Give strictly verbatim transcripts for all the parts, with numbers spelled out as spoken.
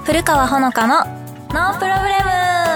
古川ほのかのノープロブレム。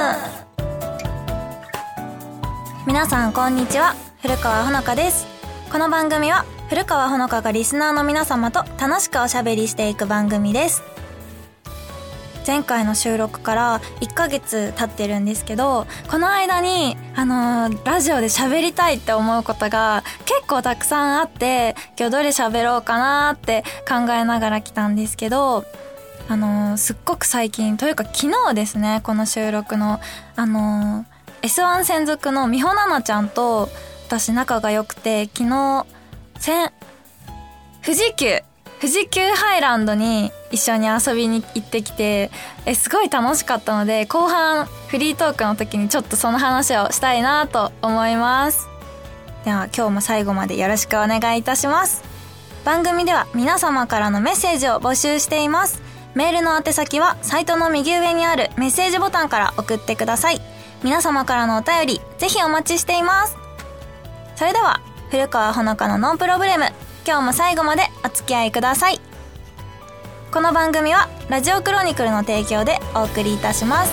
皆さんこんにちは、古川ほのかです。この番組は古川ほのかがリスナーの皆様と楽しくおしゃべりしていく番組です。前回の収録からいっかげつ経ってるんですけど、この間にあのー、ラジオで喋りたいって思うことが結構たくさんあって、今日どれ喋ろうかなって考えながら来たんですけど、あのー、すっごく最近というか昨日ですね、この収録のあのー、エスワン 専属の美穂奈々ちゃんと私仲が良くて、昨日せん富士急富士急ハイランドに一緒に遊びに行ってきて、えすごい楽しかったので、後半フリートークの時にちょっとその話をしたいなと思います。では今日も最後までよろしくお願いいたします。番組では皆様からのメッセージを募集しています。メールの宛先はサイトの右上にあるメッセージボタンから送ってください。皆様からのお便りぜひお待ちしています。それでは古川ほのかのノープロブレム、今日も最後までお付き合いください。この番組はラジオクロニクルの提供でお送りいたします。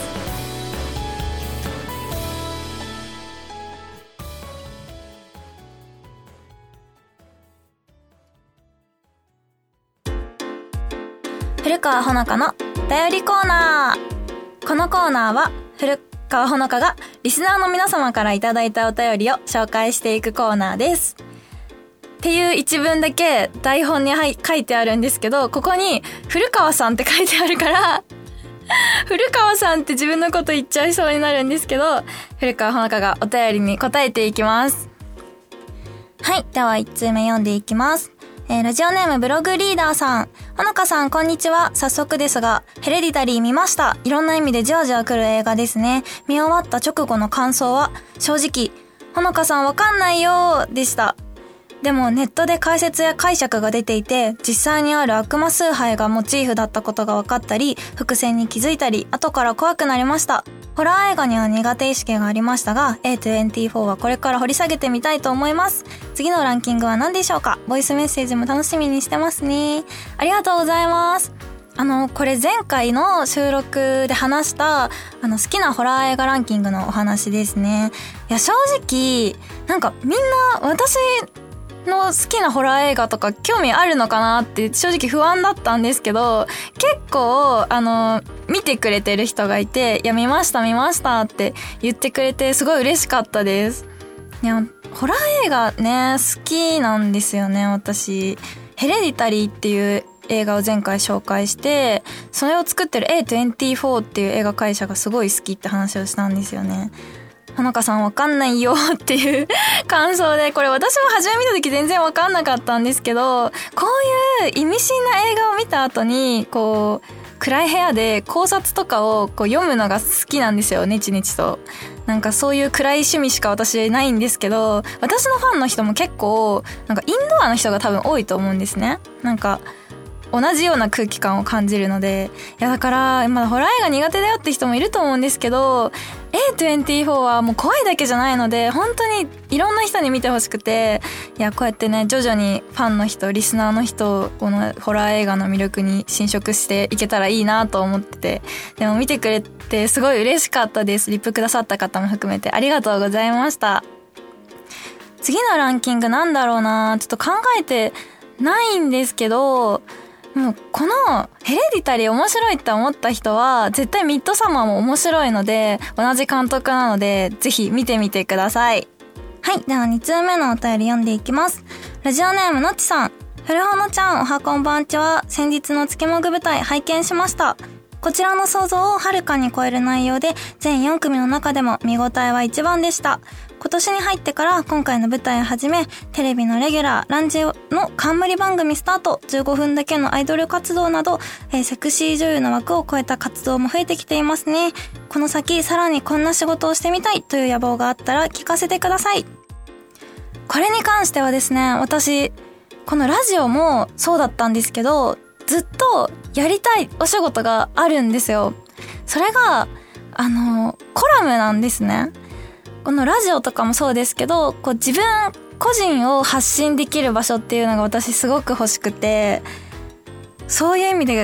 古川ほのかの便りコーナー。このコーナーは古川ほのかがリスナーの皆様からいただいたお便りを紹介していくコーナーです。っていう一文だけ台本に書いてあるんですけど、ここに古川さんって書いてあるから古川さんって自分のこと言っちゃいそうになるんですけど、古川ほのかがお便りに答えていきます。はい、ではいち通目読んでいきます。えー、ラジオネームブログリーダーさん。ほのかさんこんにちは。早速ですがヘレディタリー見ました。いろんな意味でじわじわ来る映画ですね。見終わった直後の感想は正直ほのかさんわかんないよでした。でもネットで解説や解釈が出ていて、実際にある悪魔崇拝がモチーフだったことが分かったり、伏線に気づいたり、後から怖くなりました。ホラー映画には苦手意識がありましたが エーにじゅうよん はこれから掘り下げてみたいと思います。次のランキングは何でしょうか。ボイスメッセージも楽しみにしてますね。ありがとうございます。あのこれ前回の収録で話したあの好きなホラー映画ランキングのお話ですね。いや正直なんかみんな私の好きなホラー映画とか興味あるのかなって正直不安だったんですけど、結構あの見てくれてる人がいて、いや見ました見ましたって言ってくれてすごい嬉しかったです。いやホラー映画ね好きなんですよね。私ヘレディタリーっていう映画を前回紹介して、それを作ってる エーにじゅうよん っていう映画会社がすごい好きって話をしたんですよね。ほのかさんわかんないよっていう感想で、これ私も初め見た時全然わかんなかったんですけど、こういう意味深な映画を見た後にこう暗い部屋で考察とかをこう読むのが好きなんですよ、ネチネチと。なんかそういう暗い趣味しか私ないんですけど、私のファンの人も結構なんかインドアの人が多分多いと思うんですね。なんか同じような空気感を感じるので、いやだからまあホラー映画苦手だよって人もいると思うんですけど、 エーにじゅうよん はもう怖いだけじゃないので本当にいろんな人に見てほしくて、いやこうやってね徐々にファンの人リスナーの人をこのホラー映画の魅力に侵食していけたらいいなと思ってて、でも見てくれてすごい嬉しかったです。リップくださった方も含めてありがとうございました。次のランキングなんだろうな、ちょっと考えてないんですけど、もうこのヘレディタリー面白いって思った人は絶対ミッドサマーも面白いので、同じ監督なのでぜひ見てみてください。はい、ではに通目のお便り読んでいきます。ラジオネームのっちさん。古ほのちゃんおはこんばんちは。先日の月もぐ舞台拝見しました。こちらの想像をはるかに超える内容で全よん組の中でも見応えは一番でした。今年に入ってから今回の舞台をはじめ、テレビのレギュラー、ランジの冠番組スタート、じゅうごふんだけのアイドル活動など、えー、セクシー女優の枠を超えた活動も増えてきていますね。この先さらにこんな仕事をしてみたいという野望があったら聞かせてください。これに関してはですね、私このラジオもそうだったんですけど、ずっとやりたいお仕事があるんですよ。それがあのコラムなんですね。このラジオとかもそうですけど、こう自分個人を発信できる場所っていうのが私すごく欲しくて、そういう意味で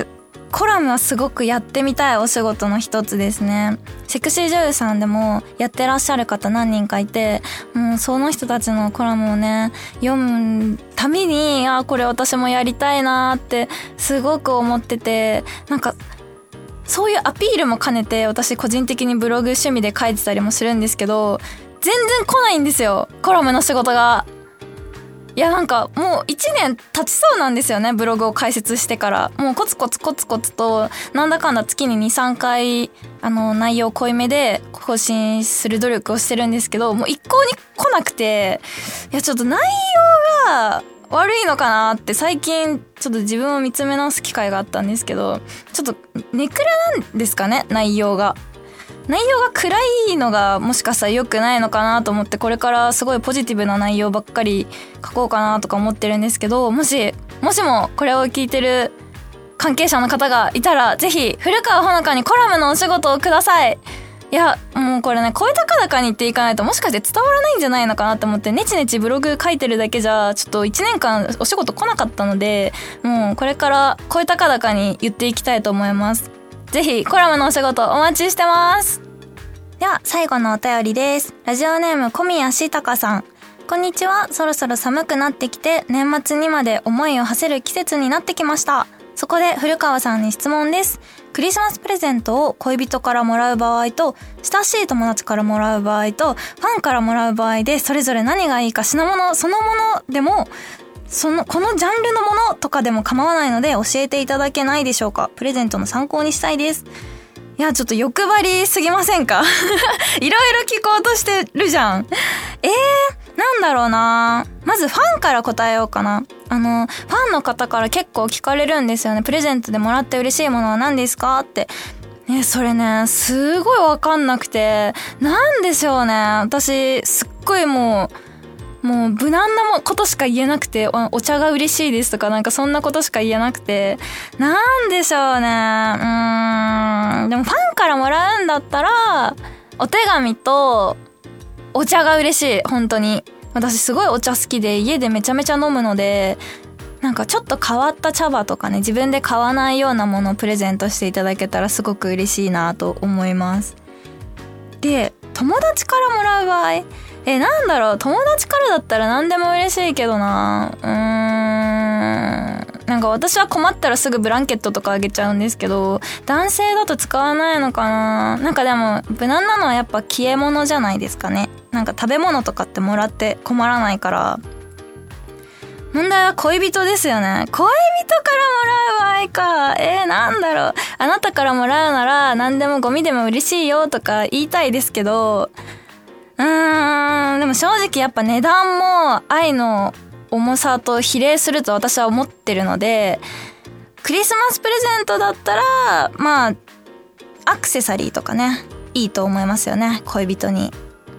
コラムはすごくやってみたいお仕事の一つですね。セクシー女優さんでもやってらっしゃる方何人かいて、もうその人たちのコラムをね読むたびに、あ、これ私もやりたいなってすごく思ってて、なんかそういうアピールも兼ねて私個人的にブログ趣味で書いてたりもするんですけど、全然来ないんですよ、コラムの仕事が。いや、なんかもういちねん経ちそうなんですよね、ブログを開設してから。もうコツコツコツコツとなんだかんだ月に にさんかいあの内容濃いめで更新する努力をしてるんですけど、もう一向に来なくて、いやちょっと内容が悪いのかなって最近ちょっと自分を見つめ直す機会があったんですけど、ちょっとネクラなんですかね、内容が。内容が暗いのがもしかしたら良くないのかなと思って、これからすごいポジティブな内容ばっかり書こうかなとか思ってるんですけど、もしもしもこれを聞いてる関係者の方がいたら、ぜひ古川ほのかにコラムのお仕事をください。いやもうこれね、声高々に言っていかないともしかして伝わらないんじゃないのかなと思って、ネチネチブログ書いてるだけじゃちょっといちねんかんお仕事来なかったので、もうこれから声高々に言っていきたいと思います。ぜひコラムのお仕事お待ちしてます。では最後のお便りです。ラジオネーム小宮したかさん。こんにちは。そろそろ寒くなってきて年末にまで思いを馳せる季節になってきました。そこで古川さんに質問です。クリスマスプレゼントを恋人からもらう場合と親しい友達からもらう場合とファンからもらう場合で、それぞれ何がいいか、品物そのものでもそのこのジャンルのものとかでも構わないので教えていただけないでしょうか。プレゼントの参考にしたいです。いやちょっと欲張りすぎませんかいろいろ聞こうとしてるじゃん。えー、なんだろうな。まずファンから答えようかな。あのファンの方から結構聞かれるんですよね。プレゼントでもらって嬉しいものは何ですかってね。それねすごいわかんなくて、なんでしょうね。私すっごいもうもう無難なことしか言えなくて、お, お茶が嬉しいですとかなんかそんなことしか言えなくて、なんでしょうね。うーんでもファンからもらうんだったらお手紙とお茶が嬉しい。本当に私すごいお茶好きで家でめちゃめちゃ飲むので、なんかちょっと変わった茶葉とかね、自分で買わないようなものをプレゼントしていただけたらすごく嬉しいなと思います。で友達からもらう場合、え、なんだろう、友達からだったら何でも嬉しいけどな。うーん。なんか私は困ったらすぐブランケットとかあげちゃうんですけど、男性だと使わないのかな。なんかでも無難なのはやっぱ消え物じゃないですかね。なんか食べ物とかってもらって困らないから。問題は恋人ですよね。恋人からもらう場合か。えー、なんだろう。あなたからもらうなら何でもゴミでも嬉しいよとか言いたいですけど、うーん、でも正直やっぱ値段も愛の重さと比例すると私は思ってるので、クリスマスプレゼントだったらまあアクセサリーとかね、いいと思いますよね、恋人に。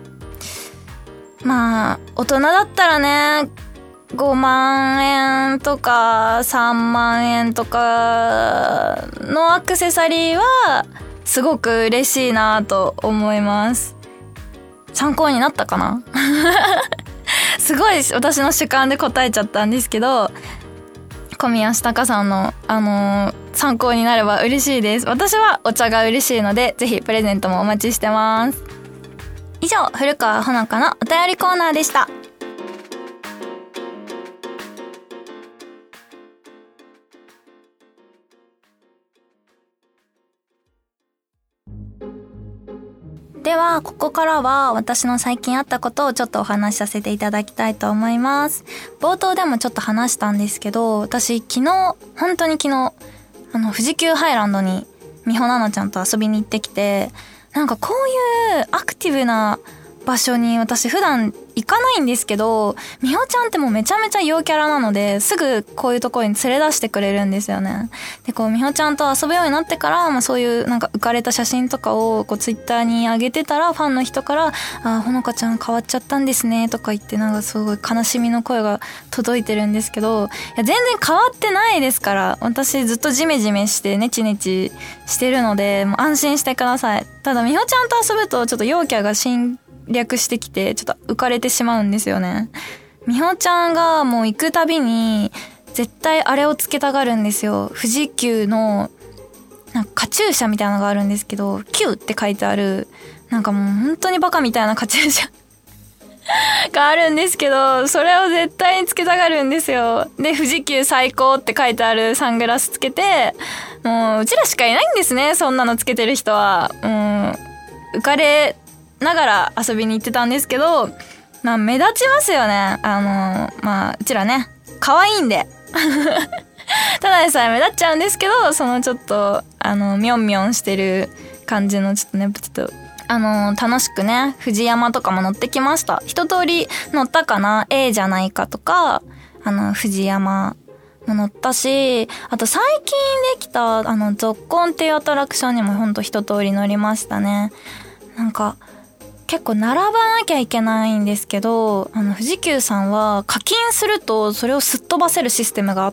まあ大人だったらねごまんえんとかさんまんえんとかのアクセサリーはすごく嬉しいなと思います。参考になったかなすごい私の主観で答えちゃったんですけど、小宮したかさんの、あのー、参考になれば嬉しいです。私はお茶が嬉しいので、ぜひプレゼントもお待ちしてます。以上、古川ほのかのお便りコーナーでした。ではここからは私の最近あったことをちょっとお話しさせていただきたいと思います。冒頭でもちょっと話したんですけど、私昨日本当に昨日あの富士急ハイランドに美穂奈々ちゃんと遊びに行ってきて、なんかこういうアクティブな場所に私普段行かないんですけど、美穂ちゃんってもうめちゃめちゃ陽キャラなのですぐこういうところに連れ出してくれるんですよね。でこう美穂ちゃんと遊ぶようになってから、まあ、そういうなんか浮かれた写真とかをこうツイッターに上げてたら、ファンの人から「あほのかちゃん変わっちゃったんですね」とか言って、なんかすごい悲しみの声が届いてるんですけど、いや全然変わってないですから。私ずっとジメジメしてネチネチしてるので、もう安心してください。ただ美穂ちゃんと遊ぶとちょっと陽キャが侵略してきてちょっと浮かれてしまうんですよね。美穂ちゃんがもう行くたびに絶対あれをつけたがるんですよ。富士急のなんかカチューシャみたいなのがあるんですけど、キューって書いてある、なんかもう本当にバカみたいなカチューシャがあるんですけど、それを絶対につけたがるんですよ。で、富士急最高って書いてあるサングラスつけて、もううちらしかいないんですね、そんなのつけてる人は。うん、浮かれながら遊びに行ってたんですけど、まあ目立ちますよね。あのまあうちらね可愛いんでただでさえ目立っちゃうんですけど、そのちょっとあのミョンミョンしてる感じのちょっとねちょっとあの楽しくね富士山とかも乗ってきました。一通り乗ったかな。 A じゃないかとか、あの富士山も乗ったし、あと最近できたあのゾッコンっていうアトラクションにもほんと一通り乗りましたね。なんか結構並ばなきゃいけないんですけど、あの富士急さんは課金するとそれをすっ飛ばせるシステムがあって、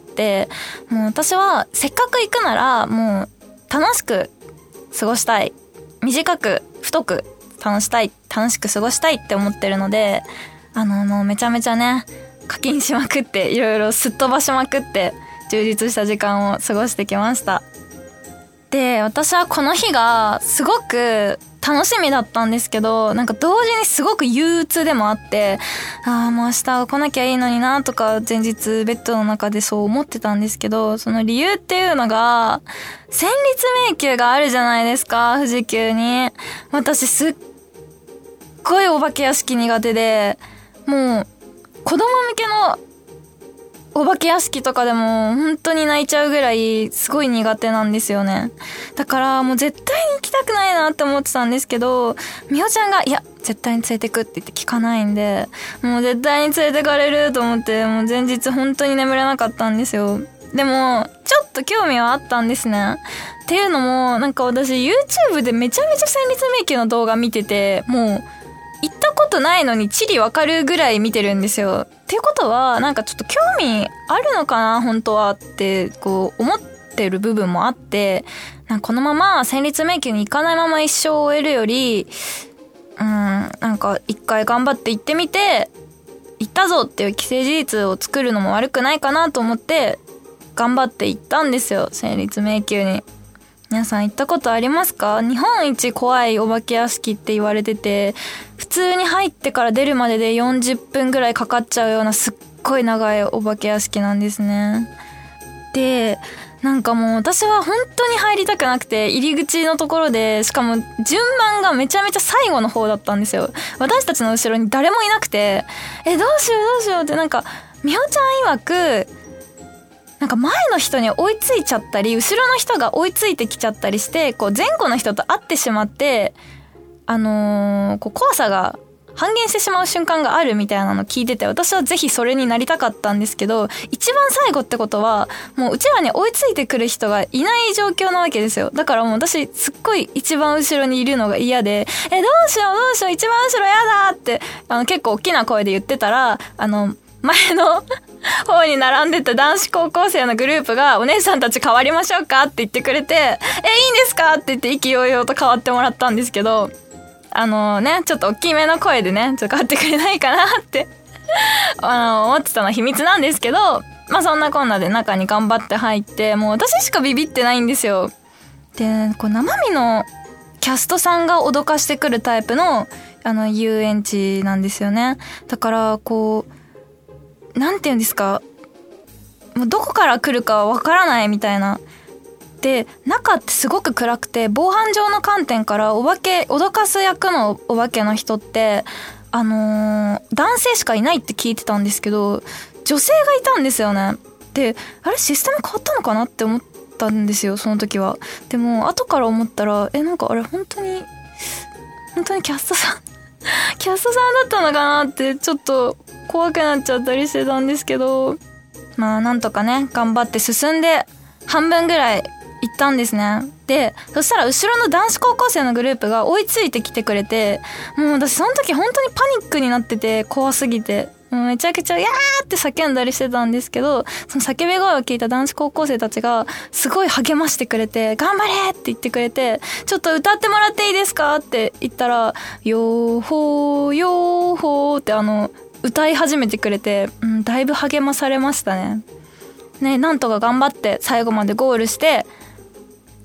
もう私はせっかく行くならもう楽しく過ごしたい、短く太く楽したい楽しく過ごしたいって思ってるので、あのもうめちゃめちゃね課金しまくっていろいろすっ飛ばしまくって充実した時間を過ごしてきました。で、私はこの日がすごく楽しみだったんですけど、なんか同時にすごく憂鬱でもあって、ああもう明日来なきゃいいのになとか前日ベッドの中でそう思ってたんですけど、その理由っていうのが戦慄迷宮があるじゃないですか、富士急に。私すっごいお化け屋敷苦手で、もう子供向けのお化け屋敷とかでも本当に泣いちゃうぐらいすごい苦手なんですよね。だからもう絶対に行きたくないなって思ってたんですけど、みほちゃんがいや絶対に連れてくって言って聞かないんで、もう絶対に連れてかれると思って、もう前日本当に眠れなかったんですよ。でもちょっと興味はあったんですね。っていうのもなんか私 YouTube でめちゃめちゃ戦慄迷宮の動画見てて、もう行ったことないのに地理わかるぐらい見てるんですよ。っていうことはなんかちょっと興味あるのかな本当はってこう思ってる部分もあって、なんかこのまま戦慄迷宮に行かないまま一生を終えるより、うん、なんか一回頑張って行ってみて、行ったぞっていう既成事実を作るのも悪くないかなと思って頑張って行ったんですよ、戦慄迷宮に。皆さん行ったことありますか？日本一怖いお化け屋敷って言われてて、普通に入ってから出るまででよんじゅっぷんぐらいかかっちゃうようなすっごい長いお化け屋敷なんですね。で、なんかもう私は本当に入りたくなくて、入り口のところで、しかも順番がめちゃめちゃ最後の方だったんですよ。私たちの後ろに誰もいなくて、え、どうしようどうしようって、なんかみほちゃん曰くなんか前の人に追いついちゃったり、後ろの人が追いついてきちゃったりして、こう前後の人と会ってしまって、あのー、こう怖さが半減してしまう瞬間があるみたいなの聞いてて、私はぜひそれになりたかったんですけど、一番最後ってことはもううちらに追いついてくる人がいない状況なわけですよ。だからもう私すっごい一番後ろにいるのが嫌で、え、どうしようどうしよう、一番後ろやだってあの結構大きな声で言ってたら、あの前の方に並んでた男子高校生のグループが、お姉さんたち変わりましょうかって言ってくれて、え、いいんですかって言って意気揚々と変わってもらったんですけど、あのね、ちょっと大きめの声でね、ちょっと変わってくれないかなってあの思ってたのは秘密なんですけど、まあそんなこんなで中に頑張って入って、もう私しかビビってないんですよ。で、こう生身のキャストさんが脅かしてくるタイプのあの遊園地なんですよね。だからこうなんて言うんですか、もうどこから来るかわからないみたいな。で、中ってすごく暗くて、防犯上の観点からお化け、脅かす役のお化けの人って、あのー、男性しかいないって聞いてたんですけど、女性がいたんですよね。で、あれシステム変わったのかなって思ったんですよ、その時は。でも、後から思ったら、え、なんかあれ本当に、本当にキャストさん、キャストさんだったのかなって、ちょっと、怖くなっちゃったりしてたんですけど、まあなんとかね頑張って進んで半分ぐらい行ったんですね。で、そしたら後ろの男子高校生のグループが追いついてきてくれて、もう私その時本当にパニックになってて、怖すぎてもうめちゃくちゃやーって叫んだりしてたんですけど、その叫び声を聞いた男子高校生たちがすごい励ましてくれて、頑張れって言ってくれて、ちょっと歌ってもらっていいですかって言ったら、よーほーよーほーってあの歌い始めてくれて、うん、だいぶ励まされましたね。ね、なんとか頑張って最後までゴールして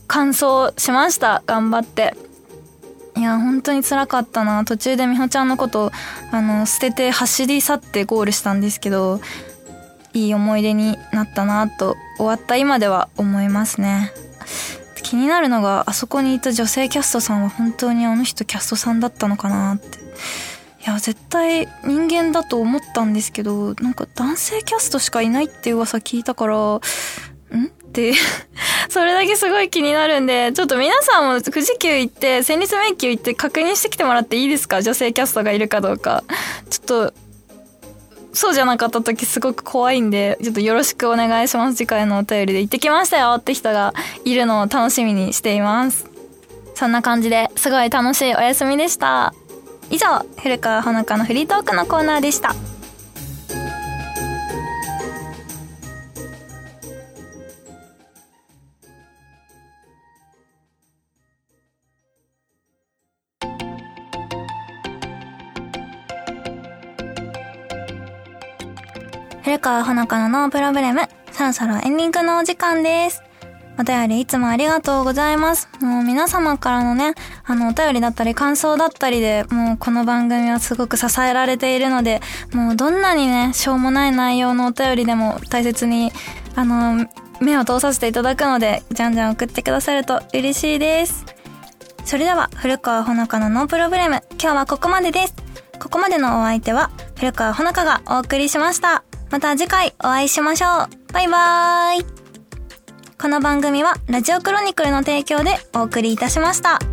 完走しました。頑張って。いや本当に辛かったな。途中で美穂ちゃんのことあの捨てて走り去ってゴールしたんですけど、いい思い出になったなと終わった今では思いますね。気になるのが、あそこにいた女性キャストさんは本当にあの人キャストさんだったのかなって。いや絶対人間だと思ったんですけど、なんか男性キャストしかいないって噂聞いたから、んってそれだけすごい気になるんで、ちょっと皆さんも富士急行って戦慄迷宮行って確認してきてもらっていいですか？女性キャストがいるかどうか。ちょっとそうじゃなかった時すごく怖いんで、ちょっとよろしくお願いします。次回のお便りで行ってきましたよって人がいるのを楽しみにしています。そんな感じですごい楽しいお休みでした。以上、古川ほのかのフリートークのコーナーでした。古川ほのかのノープロブレム、そろそろエンディングのお時間です。お便りいつもありがとうございます。もう皆様からのね、あのお便りだったり感想だったりで、もうこの番組はすごく支えられているので、もうどんなにね、しょうもない内容のお便りでも大切に、あの、目を通させていただくので、じゃんじゃん送ってくださると嬉しいです。それでは、古川ほのかのノープロブレム、今日はここまでです。ここまでのお相手は、古川ほのかがお送りしました。また次回お会いしましょう。バイバーイ。この番組はラジオクロニクルの提供でお送りいたしました。